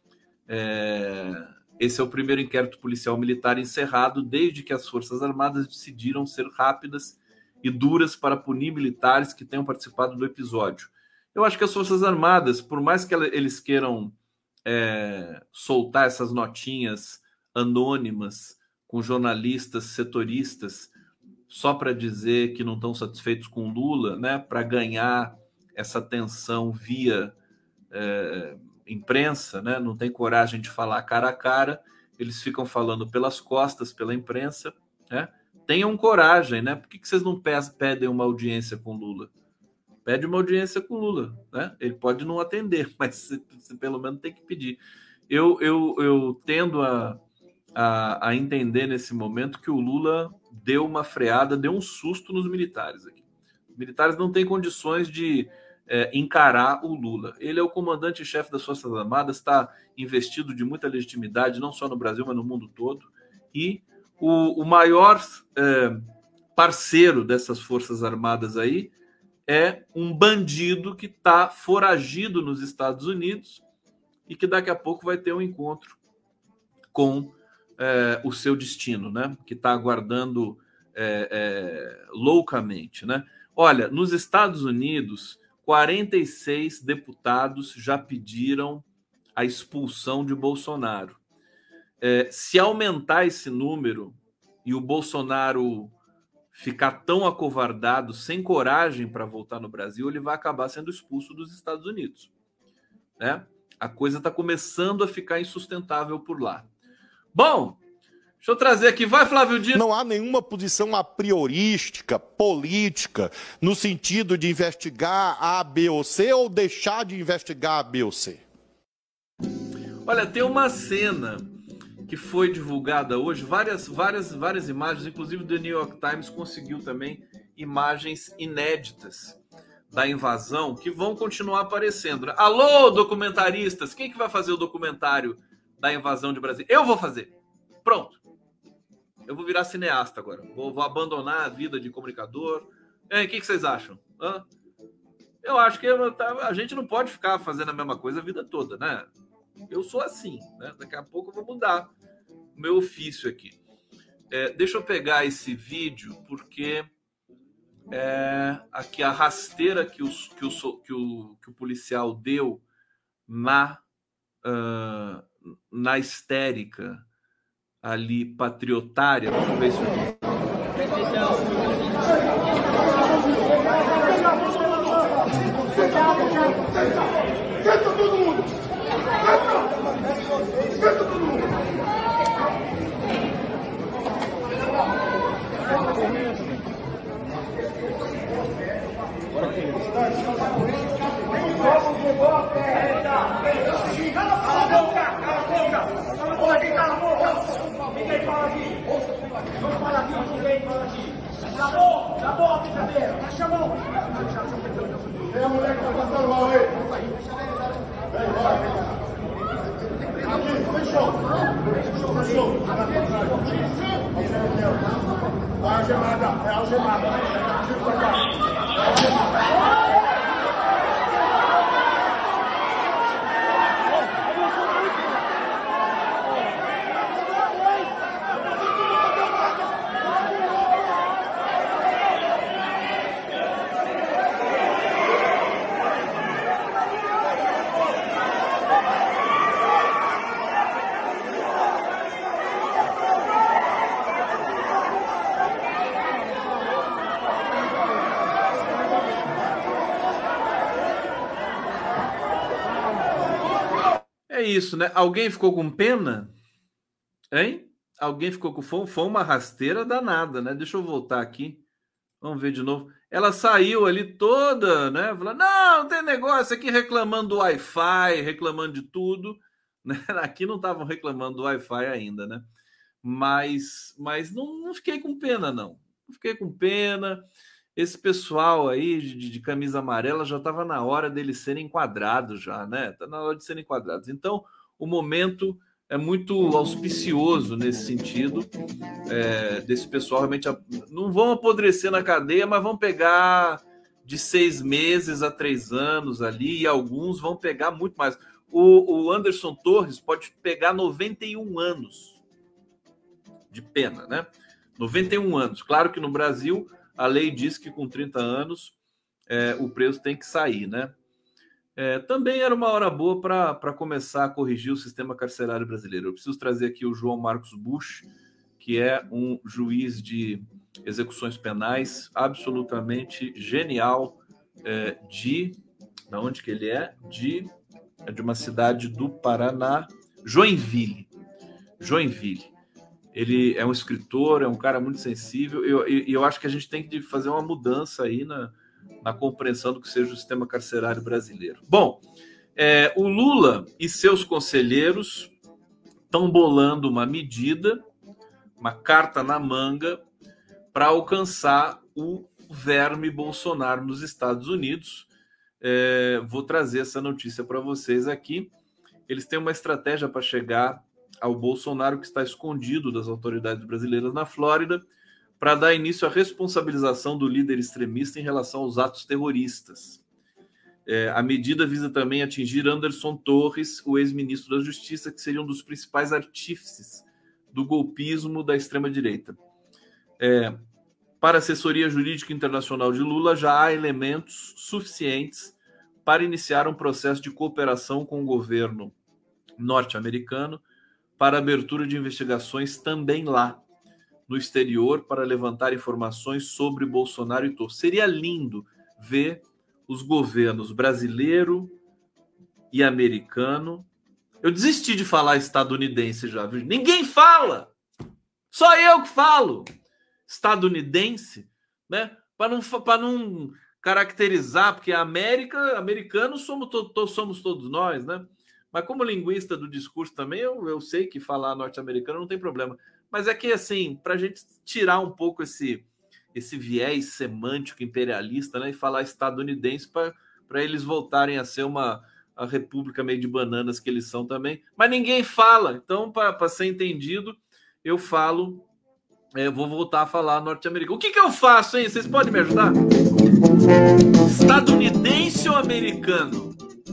Esse é o primeiro inquérito policial militar encerrado desde que as Forças Armadas decidiram ser rápidas e duras para punir militares que tenham participado do episódio. Eu acho que as Forças Armadas, por mais que eles queiram soltar essas notinhas anônimas com jornalistas setoristas só para dizer que não estão satisfeitos com Lula, né, para ganhar essa atenção via imprensa, né, não tem coragem de falar cara a cara, eles ficam falando pelas costas, pela imprensa, né? Tenham coragem, né? Por que vocês não pedem uma audiência com Lula? Pede uma audiência com Lula, né? Ele pode não atender, mas você pelo menos tem que pedir. Eu tendo a a entender nesse momento que o Lula deu uma freada, deu um susto nos militares aqui. Os militares não têm condições de encarar o Lula. Ele é o comandante-chefe das Forças Armadas, está investido de muita legitimidade, não só no Brasil, mas no mundo todo. E o maior parceiro dessas Forças Armadas aí é um bandido que está foragido nos Estados Unidos e que daqui a pouco vai ter um encontro com o seu destino, né? Que está aguardando loucamente, né? Olha, nos Estados Unidos, 46 deputados já pediram a expulsão de Bolsonaro. Se aumentar esse número e o Bolsonaro ficar tão acovardado, sem coragem para voltar no Brasil, ele vai acabar sendo expulso dos Estados Unidos, né? A coisa está começando a ficar insustentável por lá. Bom, deixa eu trazer aqui. Vai, Flávio Dino. Não há nenhuma posição a priorística, política, no sentido de investigar A, B ou C ou deixar de investigar A, B ou C. Olha, tem uma cena que foi divulgada hoje, várias imagens, inclusive o The New York Times conseguiu também imagens inéditas da invasão que vão continuar aparecendo. Alô, documentaristas, quem que vai fazer o documentário da invasão de Brasília? Eu vou fazer. Pronto. Eu vou virar cineasta agora. Vou abandonar a vida de comunicador. O que vocês acham? Eu acho que a gente não pode ficar fazendo a mesma coisa a vida toda, né? Eu sou assim, né? Daqui a pouco eu vou mudar o meu ofício aqui. Deixa eu pegar esse vídeo, porque aqui a rasteira que o policial deu na histérica ali patriotária. Vamos ver isso aqui. Senta todo mundo! Senta todo mundo! Ninguém fala aqui! Vamos falar aqui, ninguém fala aqui! Acabou a brincadeira! Baixa a mão! Vem a mulher que tá passando mal aí! Vem, vai! Aqui, fechou! Vai algemada, é algemada! Tira pra cá! É algemada! Isso, né? Alguém ficou com pena? Hein? Alguém ficou com fome? Foi uma rasteira danada, né? Deixa eu voltar aqui. Vamos ver de novo. Ela saiu ali toda, né? Falando, não tem negócio aqui reclamando do Wi-Fi, reclamando de tudo. Né? Aqui não estavam reclamando do Wi-Fi ainda, né? Mas não fiquei com pena, não. Não fiquei com pena. Esse pessoal aí de camisa amarela já estava na hora deles serem enquadrados já, né? Está na hora de serem enquadrados. Então, o momento é muito auspicioso nesse sentido, desse pessoal realmente não vão apodrecer na cadeia, mas vão pegar de 6 meses a 3 anos ali, e alguns vão pegar muito mais. O Anderson Torres pode pegar 91 anos de pena, né? 91 anos. Claro que no Brasil a lei diz que com 30 anos o preso tem que sair, né? Também era uma hora boa para começar a corrigir o sistema carcerário brasileiro. Eu preciso trazer aqui o João Marcos Bush, que é um juiz de execuções penais absolutamente genial, de onde que ele é? De uma cidade do Paraná, Joinville. Ele é um escritor, é um cara muito sensível, e eu acho que a gente tem que fazer uma mudança aí na compreensão do que seja o sistema carcerário brasileiro. Bom, o Lula e seus conselheiros estão bolando uma medida, uma carta na manga, para alcançar o verme Bolsonaro nos Estados Unidos. Vou trazer essa notícia para vocês aqui. Eles têm uma estratégia para chegar ao Bolsonaro que está escondido das autoridades brasileiras na Flórida, para dar início à responsabilização do líder extremista em relação aos atos terroristas. A medida visa também atingir Anderson Torres, o ex-ministro da Justiça, que seria um dos principais artífices do golpismo da extrema-direita. Para a assessoria jurídica internacional de Lula, já há elementos suficientes para iniciar um processo de cooperação com o governo norte-americano para abertura de investigações também lá, no exterior, para levantar informações sobre Bolsonaro e Torres. Seria lindo ver os governos brasileiro e americano. Eu desisti de falar estadunidense já, viu? Ninguém fala! Só eu que falo! Estadunidense, né? Para não caracterizar, porque americanos somos todos nós, né? Mas como linguista do discurso também, eu sei que falar norte-americano não tem problema. Mas é que, assim, para a gente tirar um pouco esse viés semântico imperialista, né, e falar estadunidense para eles voltarem a ser a república meio de bananas que eles são também. Mas ninguém fala. Então, para ser entendido, eu falo... vou voltar a falar norte-americano. O que eu faço, hein? Vocês podem me ajudar? Estadunidense ou americano?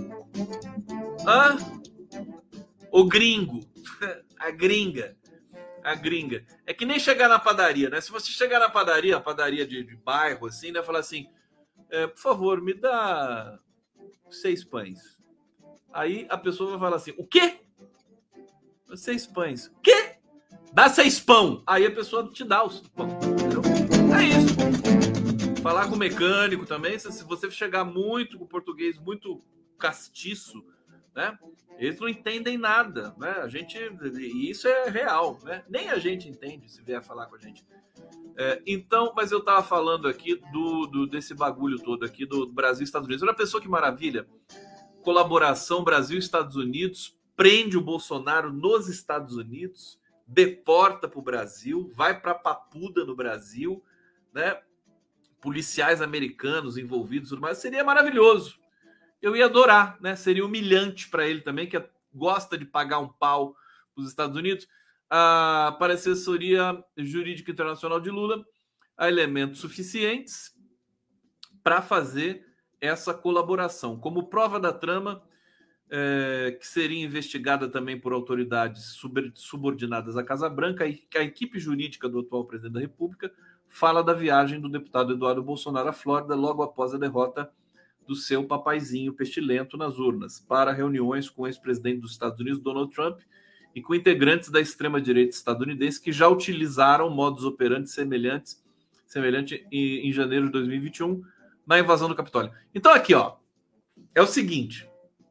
O gringo? A gringa? É que nem chegar na padaria, né? Se você chegar na padaria, a padaria de bairro, assim, né? Falar assim, por favor, me dá 6 pães. Aí a pessoa vai falar assim, o quê? 6 pães. O quê? Dá 6 pão. Aí a pessoa te dá os pão. Entendeu? É isso. Falar com o mecânico também, se você chegar muito com o português muito castiço, né? Eles não entendem nada, né? E isso é real, né? Nem a gente entende se vier falar com a gente. Então, mas eu estava falando aqui desse bagulho todo aqui do Brasil e Estados Unidos. Olha a pessoa que maravilha. Colaboração Brasil-Estados Unidos, prende o Bolsonaro nos Estados Unidos, deporta para o Brasil, vai para Papuda no Brasil, né? Policiais americanos envolvidos, tudo mais. Seria maravilhoso. Eu ia adorar, né? Seria humilhante para ele também, que gosta de pagar um pau para os Estados Unidos. Para a assessoria jurídica internacional de Lula, há elementos suficientes para fazer essa colaboração. Como prova da trama, que seria investigada também por autoridades subordinadas à Casa Branca, a equipe jurídica do atual presidente da República fala da viagem do deputado Eduardo Bolsonaro à Flórida logo após a derrota do seu papaizinho pestilento nas urnas, para reuniões com o ex-presidente dos Estados Unidos, Donald Trump, e com integrantes da extrema-direita estadunidense que já utilizaram modus operandi semelhante em janeiro de 2021, na invasão do Capitólio. Então aqui, ó, é o seguinte,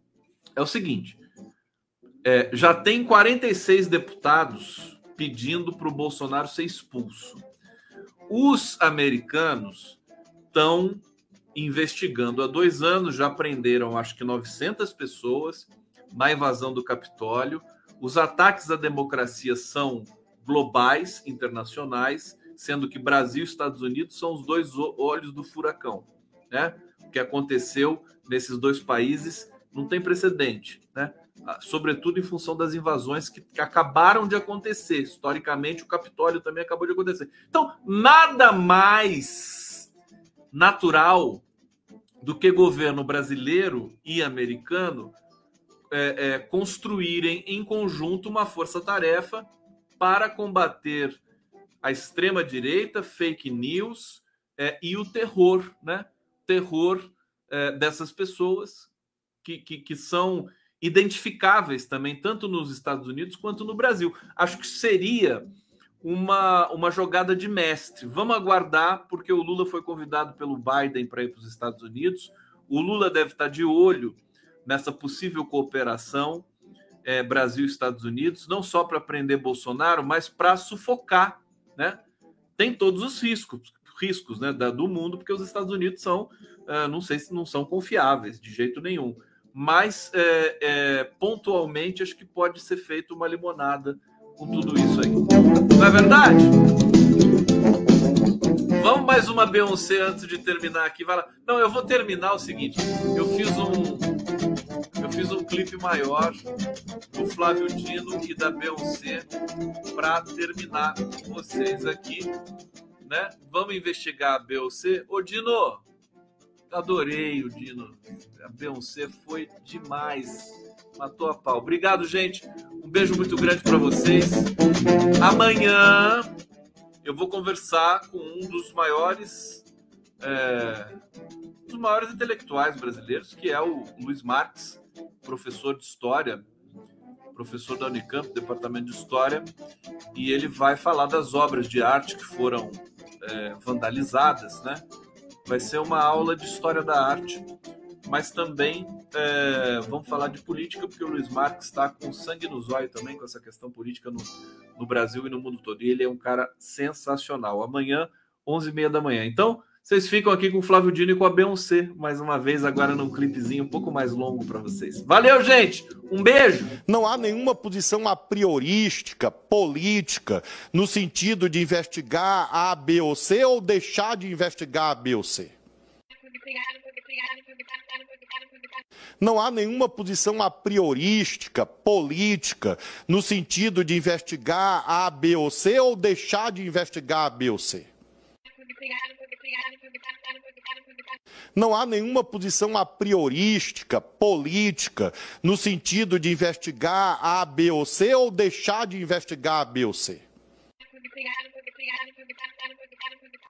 já tem 46 deputados pedindo para o Bolsonaro ser expulso. Os americanos estão investigando há 2 anos, já prenderam acho que 900 pessoas na invasão do Capitólio. Os ataques à democracia são globais, internacionais, sendo que Brasil e Estados Unidos são os 2 olhos do furacão, né? O que aconteceu nesses 2 países não tem precedente, né? Sobretudo em função das invasões que acabaram de acontecer. Historicamente, o Capitólio também acabou de acontecer. Então, nada mais natural do que governo brasileiro e americano construírem em conjunto uma força-tarefa para combater a extrema-direita, fake news e o terror, né? Terror dessas pessoas que são identificáveis também, tanto nos Estados Unidos quanto no Brasil. Acho que seria uma jogada de mestre. Vamos aguardar, porque o Lula foi convidado pelo Biden para ir para os Estados Unidos. O Lula deve estar de olho nessa possível cooperação Brasil e Estados Unidos, não só para prender Bolsonaro, mas para sufocar, né? Tem todos os riscos, né, do mundo, porque os Estados Unidos são, não sei se não são confiáveis de jeito nenhum, mas pontualmente acho que pode ser feita uma limonada com tudo isso aí. Não é verdade? Vamos mais uma Beyoncé antes de terminar aqui. Vai lá. Não, eu vou terminar o seguinte. Eu fiz um clipe maior do Flávio Dino e da Beyoncé para terminar com vocês aqui, né? Vamos investigar a Beyoncé. Ô, Dino, adorei o Dino. A Beyoncé foi demais. Matou a pau. Obrigado, gente. Um beijo muito grande para vocês. Amanhã eu vou conversar com um dos maiores intelectuais brasileiros, que é o Luiz Marques, professor de História, professor da Unicamp, Departamento de História, e ele vai falar das obras de arte que foram vandalizadas, né? Vai ser uma aula de História da Arte, mas também vamos falar de política, porque o Luiz Marques está com sangue no zóio também com essa questão política no Brasil e no mundo todo. E ele é um cara sensacional. Amanhã, 11h30 da manhã. Então, vocês ficam aqui com o Flávio Dino e com a Beyoncé, mais uma vez, agora num clipezinho um pouco mais longo para vocês. Valeu, gente! Um beijo! Não há nenhuma posição a priorística, política, no sentido de investigar A, B ou C ou deixar de investigar A, B ou C. Não há nenhuma posição a priorística, política, no sentido de investigar A, B ou C ou deixar de investigar A, B ou C. Não há nenhuma posição a priorística, política, no sentido de investigar A, B ou C ou deixar de investigar A, B ou C.